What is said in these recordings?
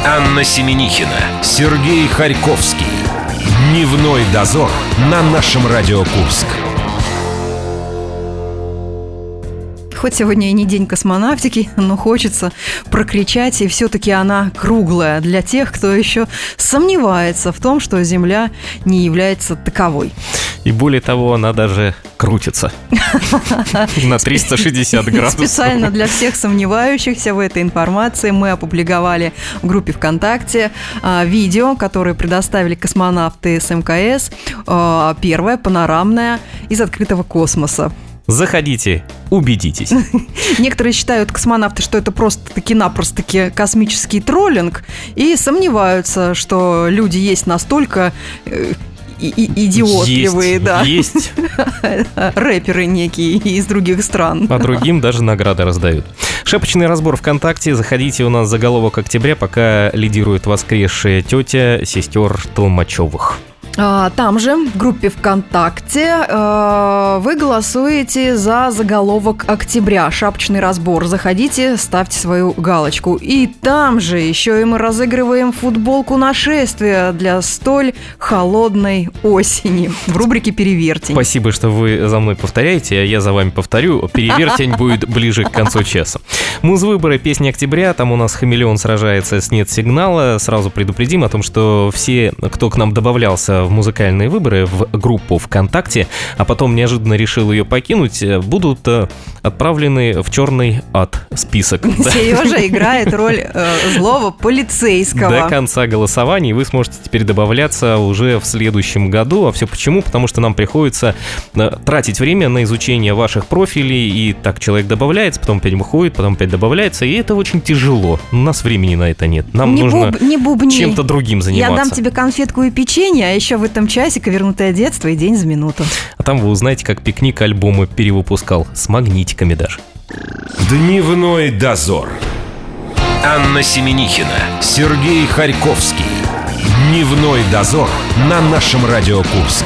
Анна Семенихина, Сергей Харьковский. Дневной дозор на нашем Радио Курск. Хоть сегодня и не день космонавтики, но хочется прокричать, и все-таки она круглая для тех, кто еще сомневается в том, что Земля не является таковой. И более того, она даже крутится на 360 градусов. Специально для всех сомневающихся в этой информации мы опубликовали в группе ВКонтакте видео, которое предоставили космонавты с МКС. Первое, панорамное, из открытого космоса. Заходите, убедитесь. Некоторые считают, космонавты, что это просто-таки космический троллинг, и сомневаются, что люди есть настолько идиотливые, есть. Рэперы некие из других стран. А другим даже награды раздают. Шапочный разбор ВКонтакте. Заходите, у нас заголовок октября, пока лидирует воскресшая тетя сестер Толмачевых. Там же, в группе ВКонтакте, вы голосуете за заголовок октября, шапочный разбор. Заходите, ставьте свою галочку. И там же еще и мы разыгрываем футболку нашествия для столь холодной осени в рубрике «Перевертень». Спасибо, что вы за мной повторяете, а я за вами повторю. Перевертень будет ближе к концу часа. Музвыборы, песни октября. Там у нас Хамелеон сражается с «Нет сигнала». Сразу предупредим о том, что все, кто к нам добавлялся в музыкальные выборы в группу ВКонтакте, а потом неожиданно решил ее покинуть, будут отправлены в черный ад список. Сережа играет роль злого полицейского. До конца голосований вы сможете теперь добавляться уже в следующем году. А все почему? Потому что нам приходится тратить время на изучение ваших профилей, и так человек добавляется, потом опять выходит, потом опять добавляется, и это очень тяжело. У нас времени на это нет. Нам нужно чем-то другим заниматься. Я дам тебе конфетку и печенье, а еще в этом часике «Вернутое детство» и «День за минуту». А там вы узнаете, как Пикник альбомы перевыпускал, с магнитиками даже. Дневной дозор. Анна Семенихина, Сергей Харьковский. Дневной дозор на нашем Радио Курск.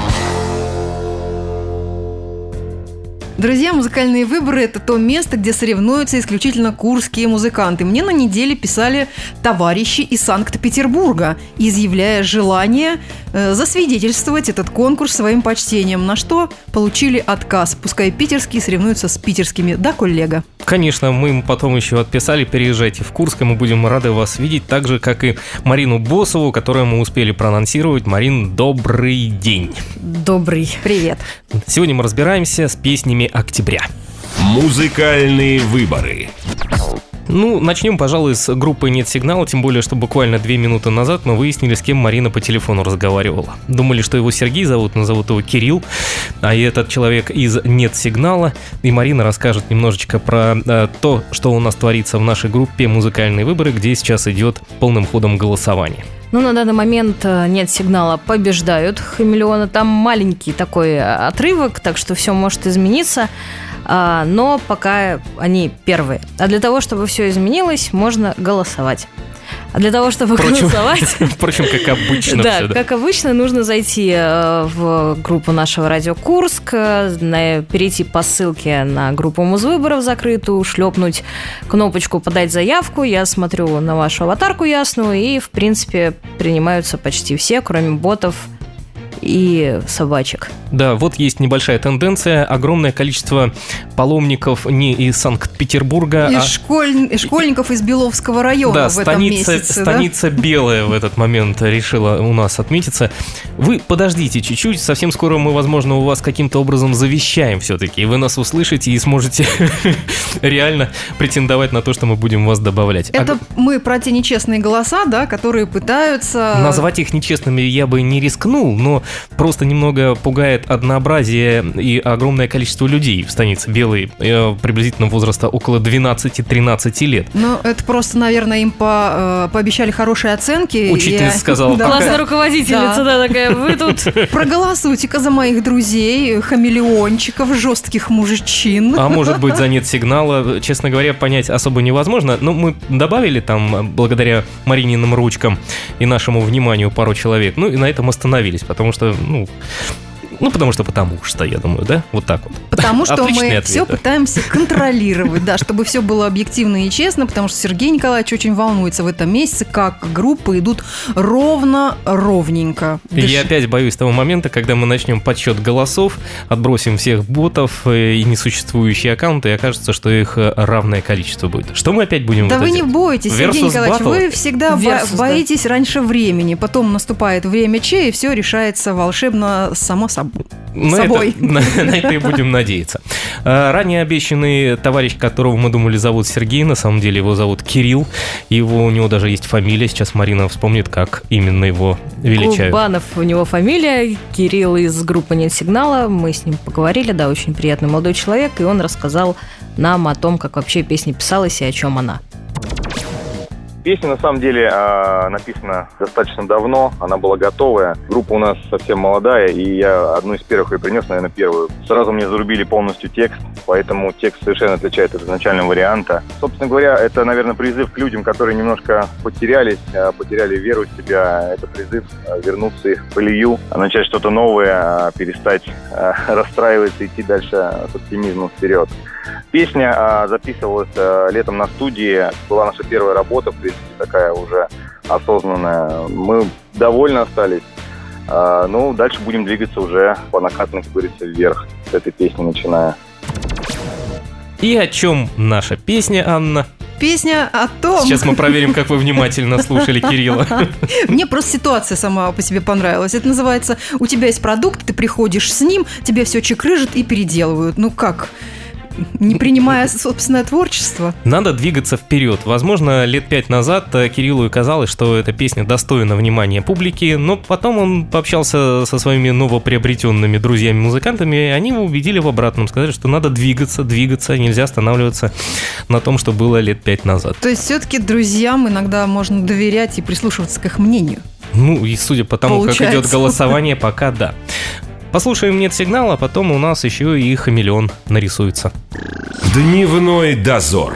Друзья, музыкальные выборы – это то место, где соревнуются исключительно курские музыканты. Мне на неделе писали товарищи из Санкт-Петербурга, изъявляя желание засвидетельствовать этот конкурс своим почтением, на что получили отказ. Пускай питерские соревнуются с питерскими. Да, коллега? Конечно, мы им потом еще отписали: переезжайте в Курск, и мы будем рады вас видеть, так же, как и Марину Босову, которую мы успели проанонсировать. Марин, добрый день. Добрый. Привет. Сегодня мы разбираемся с песнями октября. Музыкальные выборы. Начнем, пожалуй, с группы «Нет сигнала», тем более, что буквально 2 минуты назад мы выяснили, с кем Марина по телефону разговаривала. Думали, что его Сергей зовут, но зовут его Кирилл, а этот человек из «Нет сигнала». И Марина расскажет немножечко про то, что у нас творится в нашей группе «Музыкальные выборы», где сейчас идет полным ходом голосование. На данный момент «Нет сигнала» побеждают Хамелеона. Там маленький такой отрывок, так что все может измениться. Но пока они первые. А для того, чтобы все изменилось, можно голосовать. А для того, чтобы голосовать... Впрочем, как обычно. Да, как обычно, нужно зайти в группу нашего Радио Курск, перейти по ссылке на группу Музвыборов закрытую, шлепнуть кнопочку «Подать заявку». Я смотрю на вашу аватарку ясную, и, в принципе, принимаются почти все, кроме ботов и собачек. Да, вот есть небольшая тенденция. Огромное количество паломников не из Санкт-Петербурга, школьников из Беловского района в этом месяце. Станица Белая в этот момент решила у нас отметиться. Вы подождите чуть-чуть, совсем скоро мы, возможно, у вас каким-то образом завещаем все-таки, и вы нас услышите и сможете реально претендовать на то, что мы будем вас добавлять. Это мы про те нечестные голоса, да, которые пытаются... Назвать их нечестными я бы не рискнул, но просто немного пугает однообразие и огромное количество людей в станице Белой, приблизительно возраста около 12-13 лет. Это просто, наверное, им пообещали хорошие оценки. Учительница сказала. Классная руководительница, да, такая, вы тут... Проголосуйте-ка за моих друзей, хамелеончиков, жестких мужчин. А может быть, за «Нет сигнала», честно говоря, понять особо невозможно. Но мы добавили там, благодаря Марининым ручкам и нашему вниманию, пару человек. И на этом остановились, потому что, потому что, я думаю, да? Вот так вот. Потому что Отличный мы ответ, все да. пытаемся контролировать, да, чтобы все было объективно и честно, потому что Сергей Николаевич очень волнуется в этом месяце, как группы идут ровненько. И я опять боюсь того момента, когда мы начнем подсчет голосов, отбросим всех ботов и несуществующие аккаунты, и окажется, что их равное количество будет. Что мы опять будем Да вы не делать? бойтесь, Сергей Versus Николаевич, battle? вы всегда Versus, боитесь раньше времени, потом наступает время Че, и все решается волшебно само собой. На это и будем надеяться. Ранее обещанный товарищ, которого мы думали зовут Сергей, на самом деле его зовут Кирилл. У него даже есть фамилия. Сейчас Марина вспомнит, как именно его величают. Кубанов у него фамилия, Кирилл из группы «Нет сигнала». Мы с ним поговорили, да, очень приятный молодой человек, и он рассказал нам о том, как вообще песня писалась и о чем она. Песня, на самом деле, написана достаточно давно, она была готовая. Группа у нас совсем молодая, и я одну из первых ее принес, наверное, первую. Сразу мне зарубили полностью текст, поэтому текст совершенно отличается от изначального варианта. Собственно говоря, это, наверное, призыв к людям, которые немножко потеряли веру в себя. Это призыв вернуться их в колею, начать что-то новое, перестать расстраиваться, идти дальше с оптимизмом вперед. Песня записывалась летом на студии, была наша первая работа, в принципе, такая уже осознанная. Мы довольны остались. Дальше будем двигаться уже по накатанной, как говорится, вверх с этой песни начиная. И о чем наша песня, Анна? Песня о том... Сейчас мы проверим, как вы внимательно слушали Кирилла. Мне просто ситуация сама по себе понравилась. Это называется, у тебя есть продукт, ты приходишь с ним, тебе все чекрыжат и переделывают. Ну как? Не принимая собственное творчество. Надо двигаться вперед. Возможно, лет 5 назад Кириллу и казалось, что эта песня достойна внимания публики, но потом он пообщался со своими новоприобретенными друзьями-музыкантами, и они его убедили в обратном. Сказали, что надо двигаться, нельзя останавливаться на том, что было лет 5 назад. То есть все-таки друзьям иногда можно доверять и прислушиваться к их мнению. И судя по тому, как идет голосование, пока да. Послушаем «Нет сигнала», а потом у нас еще и «Хамелеон» нарисуется. Дневной дозор.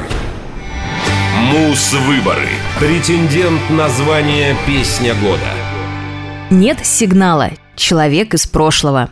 Муз-выборы. Претендент на звание «Песня года». «Нет сигнала». Человек из прошлого.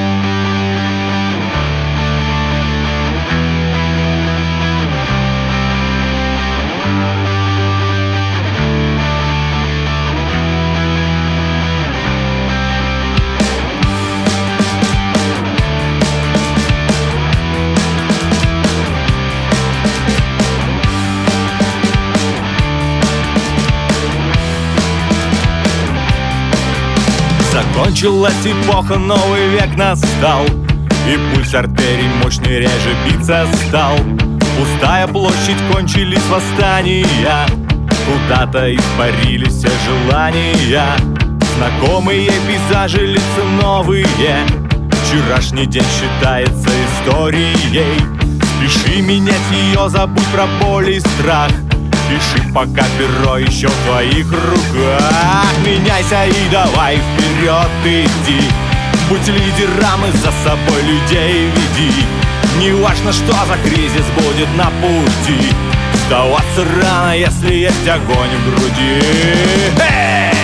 Закончилась эпоха, новый век настал, и пульс артерий мощный реже биться стал. Пустая площадь, кончились восстания, куда-то испарились все желания. Знакомые пейзажи, лица новые, вчерашний день считается историей. Спеши менять ее, забудь про боль и страх. Пиши, пока перо еще в твоих руках. Меняйся и давай вперед иди. Будь лидером и за собой людей веди. Не важно, что за кризис будет на пути. Сдаваться рано, если есть огонь в груди. Эй!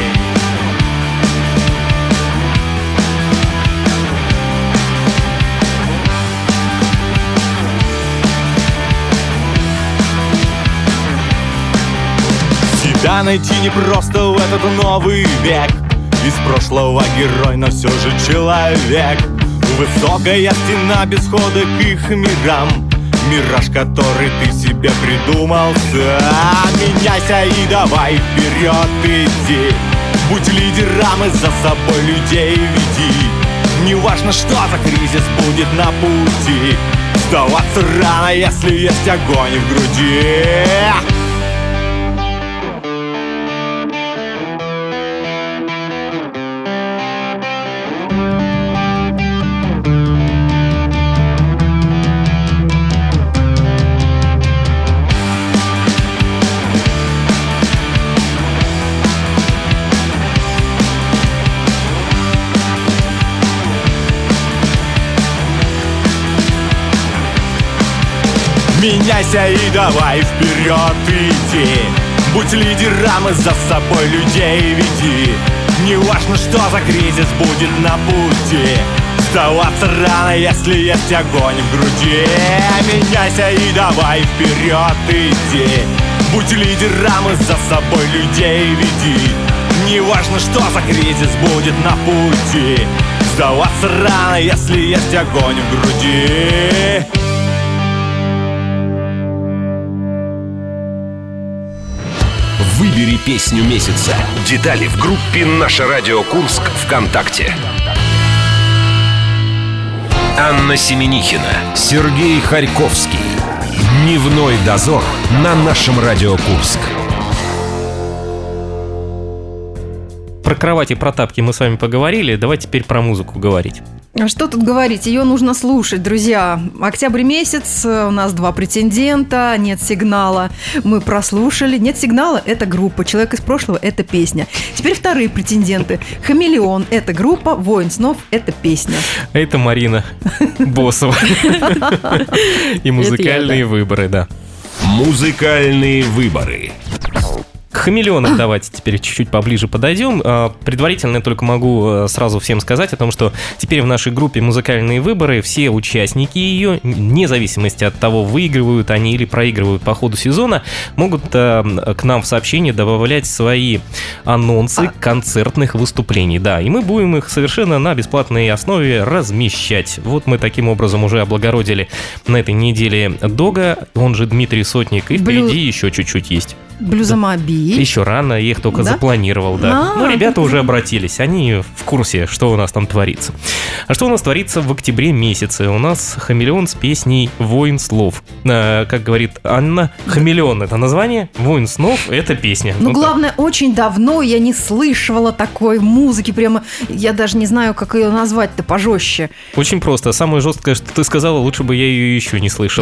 Себя найти непросто в этот новый век. Из прошлого герой, но все же человек. Высокая стена без хода к их мирам. Мираж, который ты себе придумал сам. Меняйся и давай вперед иди. Будь лидером и за собой людей веди. Не важно, что за кризис будет на пути. Сдаваться рано, если есть огонь в груди. Меняйся и давай вперед иди. Будь лидером и за собой людей веди. Неважно, что за кризис будет на пути, сдаваться рано, если есть огонь в груди. Меняйся и давай вперед иди, будь лидером и за собой людей веди. Неважно, что за кризис будет на пути, сдаваться рано, если есть огонь в груди. Выбери песню месяца. Детали в группе «Наше радио Курск» ВКонтакте. Анна Семенихина, Сергей Харьковский. Дневной дозор на нашем радио Курск. Про кровать и про тапки мы с вами поговорили. Давайте теперь про музыку говорить. А что тут говорить? Ее нужно слушать, друзья. Октябрь месяц, у нас 2 претендента, «Нет сигнала». Мы прослушали. «Нет сигнала» — это группа, «Человек из прошлого» — это песня. Теперь вторые претенденты. «Хамелеон» — это группа, «Воин снов» — это песня. Это Марина Босова. И музыкальные выборы, да. Музыкальные выборы. К «Хамелеонам» давайте теперь чуть-чуть поближе подойдем. Предварительно я только могу сразу всем сказать о том, что теперь в нашей группе «Музыкальные выборы» все участники ее, вне зависимости от того, выигрывают они или проигрывают по ходу сезона, могут к нам в сообщения добавлять свои анонсы концертных выступлений. Да, и мы будем их совершенно на бесплатной основе размещать. Вот мы таким образом уже облагородили на этой неделе Дога, он же Дмитрий Сотник, и впереди еще чуть-чуть есть. Блюзомобиль. Еще рано, я их только запланировал, да. Но ребята уже обратились, они в курсе, что у нас там творится. А что у нас творится в октябре месяце? У нас «Хамелеон» с песней «Воин слов». Как говорит Анна, «Хамелеон» — это название, «Воин снов» — это песня. Ну, главное, очень давно я не слышала такой музыки, прямо, я даже не знаю, как ее назвать-то пожестче. Очень просто. Самое жесткое, что ты сказала, лучше бы я ее еще не слышала.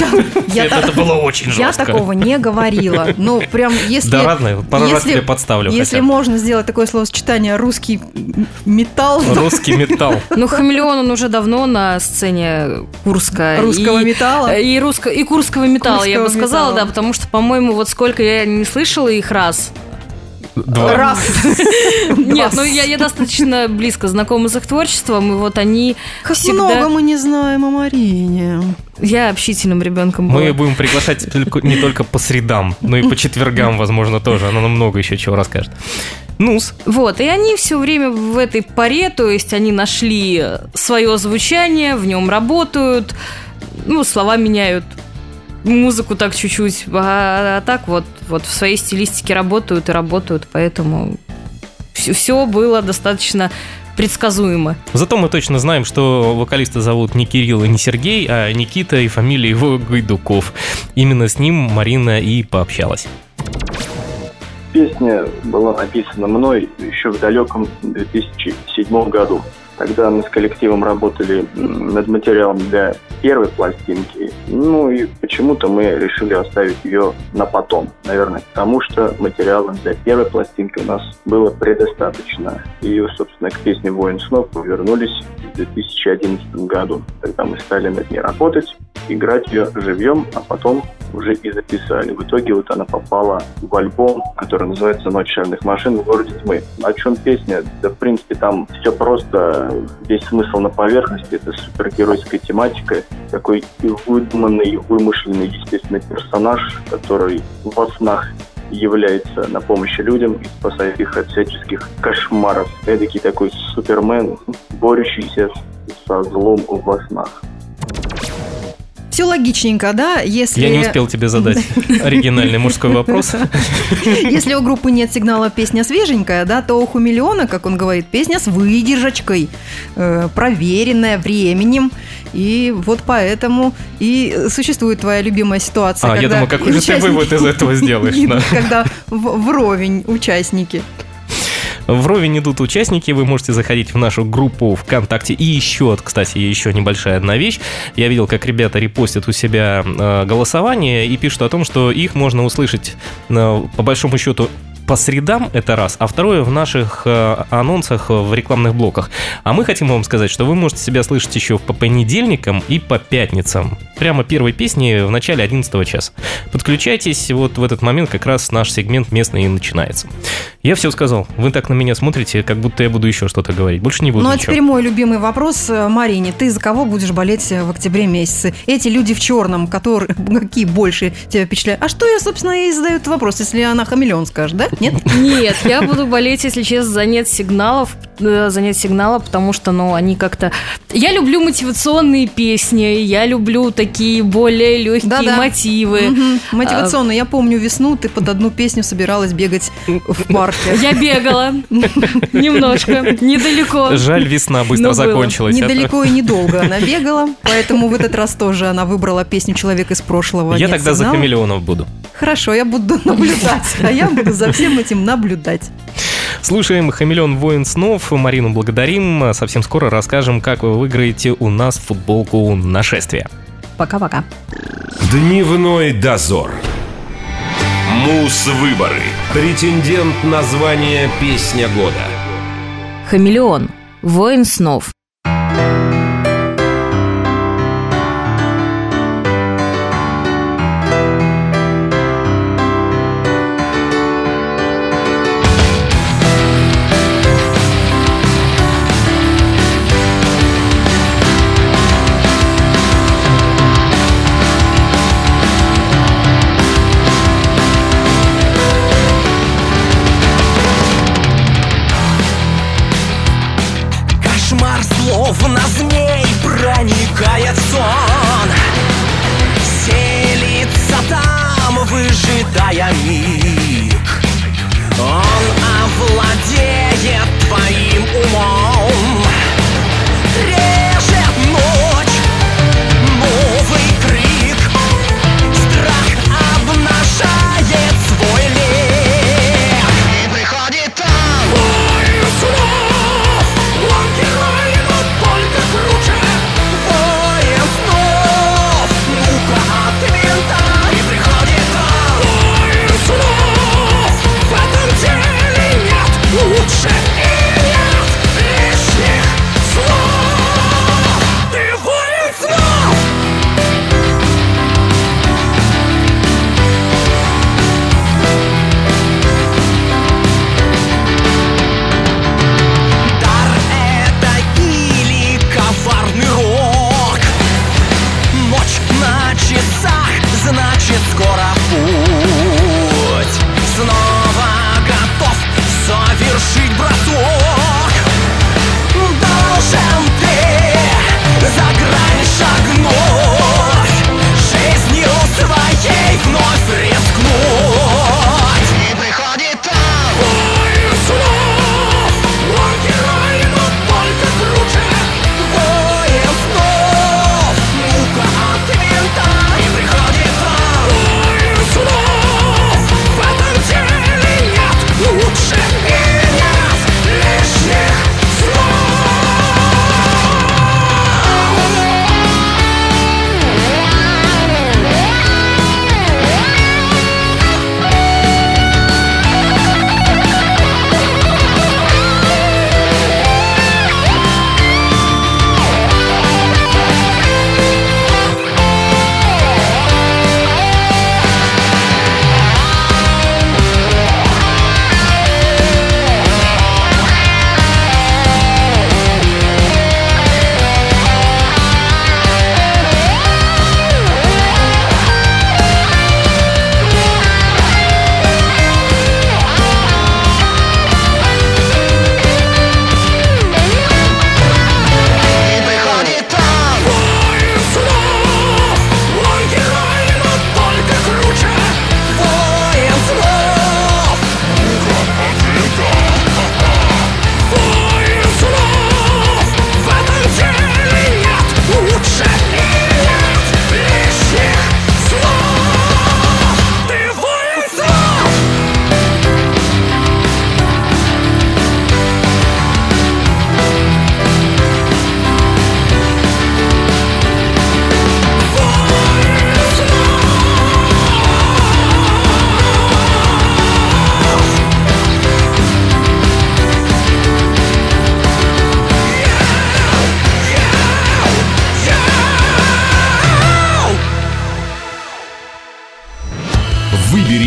Это было очень жестко. Я такого не говорила. Ну, прям, если... Да ладно, пару раз тебе подставлю. Если можно сделать такое словосочетание «русский металл». Русский металл. Ну, «Хамелеон», он уже давно на сцене Курска. Русского металла. И курского металла, я бы сказала, металла. да, потому что, по-моему, вот сколько я не слышала их раз. 2. Раз. Нет, ну я достаточно близко знакома с их творчеством, и вот они Как всегда... много мы не знаем о Марине. Я общительным ребенком была. Мы будем приглашать не только по средам, но и по четвергам, возможно, тоже. Она нам много еще чего расскажет. Ну-с. Вот, и они все время в этой паре, то есть они нашли свое звучание, в нем работают, ну, слова меняют, музыку так чуть-чуть, а так вот в своей стилистике работают и работают, поэтому все было достаточно предсказуемо. Зато мы точно знаем, что вокалиста зовут не Кирилл и не Сергей, а Никита, и фамилия его Гайдуков. Именно с ним Марина и пообщалась. Песня была написана мной еще в далеком 2007 году. Тогда мы с коллективом работали над материалом для первой пластинки. Ну и почему-то мы решили оставить ее на потом. Наверное, потому что материала для первой пластинки у нас было предостаточно. И, собственно, к песне «Воин снов» мы вернулись в 2011 году. Тогда мы стали над ней работать, играть ее живьем, а потом уже и записали. В итоге вот она попала в альбом, который называется «Ночь шальных машин в городе тьмы». О чем песня? Да, в принципе, там все просто, весь смысл на поверхности. Это супергеройская тематика. Такой выдуманный, вымышленный, естественный персонаж, который во снах является на помощь людям и спасает их от всяческих кошмаров. Эдакий такой супермен, борющийся со злом во снах. Все логичненько, да? Если... Я не успел тебе задать оригинальный мужской вопрос. Если у группы «Нет сигнала» песня свеженькая, да, то у «Хамелеона», как он говорит, песня с выдержкой, проверенная временем. И вот поэтому и существует твоя любимая ситуация. Я думаю, какой же ты вывод из этого сделаешь? Когда вровень участники. Вровень идут участники, вы можете заходить в нашу группу ВКонтакте. И еще, кстати, еще небольшая одна вещь. Я видел, как ребята репостят у себя голосование и пишут о том, что их можно услышать, по большому счету, по средам, это раз, а второе в наших анонсах в рекламных блоках. А мы хотим вам сказать, что вы можете себя слышать еще по понедельникам и по пятницам. Прямо первой песни в начале 11 часа. Подключайтесь, вот в этот момент как раз наш сегмент местный и начинается. Я все сказал. Вы так на меня смотрите, как будто я буду еще что-то говорить. Больше не буду Ну а ничего. теперь мой любимый вопрос, Марине. Ты за кого будешь болеть в октябре месяце? Эти люди в черном, которые какие больше тебя впечатляют? А что я, собственно, ей задаю этот вопрос, если она хамелеон скажет, да? Нет? Нет, я буду болеть, если честно, за нет сигналов, потому что, они как-то... Я люблю мотивационные песни, я люблю такие более легкие Да-да. мотивы. Мотивационно. Я помню весну, ты под одну песню собиралась бегать в парке. Я бегала немножко, недалеко. Жаль, весна быстро Но было. закончилась. Недалеко и недолго она бегала, поэтому в этот раз тоже она выбрала песню «Человек из прошлого». Я «Нет тогда за сигнала». хамелеонов буду. Хорошо, я буду наблюдать, а я буду за всем этим наблюдать. Слушаем «Хамелеон. Воин снов». Марину благодарим. Совсем скоро расскажем, как вы выиграете у нас футболку «Нашествие». Пока-пока. Дневной дозор. Муз-выборы. Претендент на звание «Песня года». Хамелеон. Воин снов. Кошмар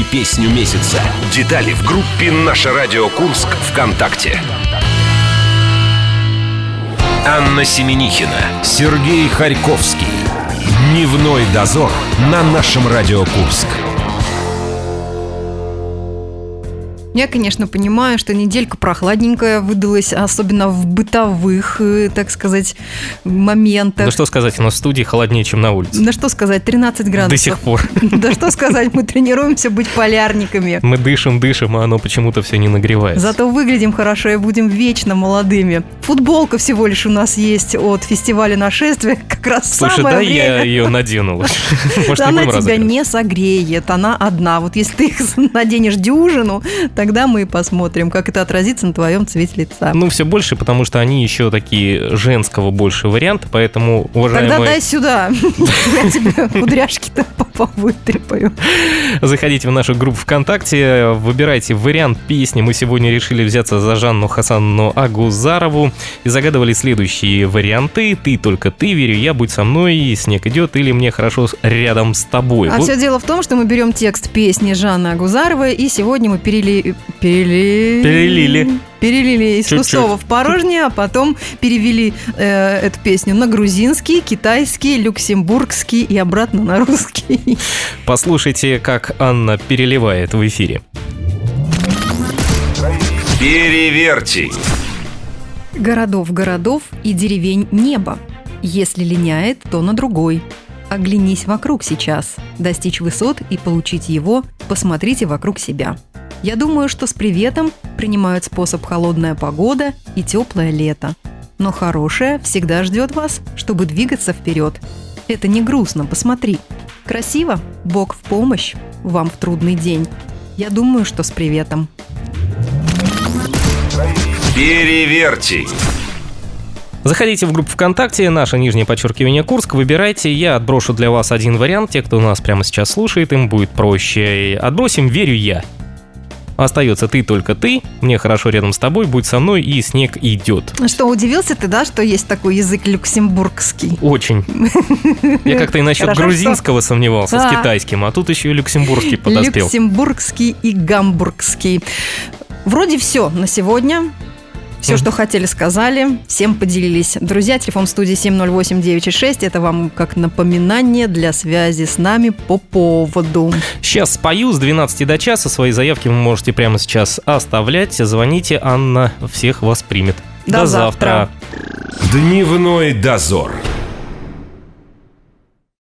песню месяца. Детали в группе «Наше радио Курск» ВКонтакте. Анна Семенихина, Сергей Харьковский. Дневной дозор на нашем радио Курск. Я, конечно, понимаю, что неделька прохладненькая выдалась, особенно в бытовых, так сказать, моментах. Да что сказать, у нас в студии холоднее, чем на улице. Да что сказать, 13 градусов. До сих пор. Да что сказать, мы тренируемся быть полярниками. Мы дышим, а оно почему-то все не нагревается. Зато выглядим хорошо и будем вечно молодыми. Футболка всего лишь у нас есть от фестиваля «Нашествие». Как раз Слушай, самое дай время. я ее надену. Может, Она не будем тебя разыгрывать? не согреет, она одна. Вот если ты их наденешь дюжину, тогда мы и посмотрим, как это отразится на твоем цвете лица. Ну, все больше, потому что они еще такие женского больше варианта, поэтому, уважаемые... Тогда дай сюда. Я тебе кудряшки-то вытрепаю. Заходите в нашу группу ВКонтакте, выбирайте вариант песни. Мы сегодня решили взяться за Жанну Хасановну Агузарову и загадывали следующие варианты. «Ты, только ты», «Верю я», «Будь со мной», «Снег идет» или «Мне хорошо рядом с тобой». А все дело в том, что мы берем текст песни Жанны Агузаровой, и сегодня мы перелили из Чуть-чуть. пустого в порожнее, а потом перевели эту песню на грузинский, китайский, люксембургский и обратно на русский. Послушайте, как Анна переливает в эфире. Переверьте. Городов и деревень небо. Если линяет, то на другой. Оглянись вокруг сейчас. Достичь высот и получить его, посмотрите вокруг себя. Я думаю, что с приветом принимают способ холодная погода и теплое лето. Но хорошее всегда ждет вас, чтобы двигаться вперед. Это не грустно, посмотри. Красиво, Бог в помощь, вам в трудный день. Я думаю, что с приветом. Переверьте. Заходите в группу ВКонтакте, наше нижнее подчеркивание Курск, выбирайте, я отброшу для вас один вариант, те, кто нас прямо сейчас слушает, им будет проще. Отбросим «Верю я». Остается «Ты, только ты», «Мне хорошо рядом с тобой», «Будь со мной» и «Снег идет». Что, удивился ты, да, что есть такой язык люксембургский? Очень. Я как-то и насчет Хорошо, грузинского сомневался Да. с китайским, а тут еще и люксембургский подоспел. Люксембургский и гамбургский. Вроде все на сегодня. Все, что хотели, сказали. Всем поделились. Друзья, телефон студии 708-966. Это вам как напоминание для связи с нами по поводу. Сейчас спою с 12 до часа. Свои заявки вы можете прямо сейчас оставлять. Звоните, Анна всех вас примет. До завтра. Дневной дозор.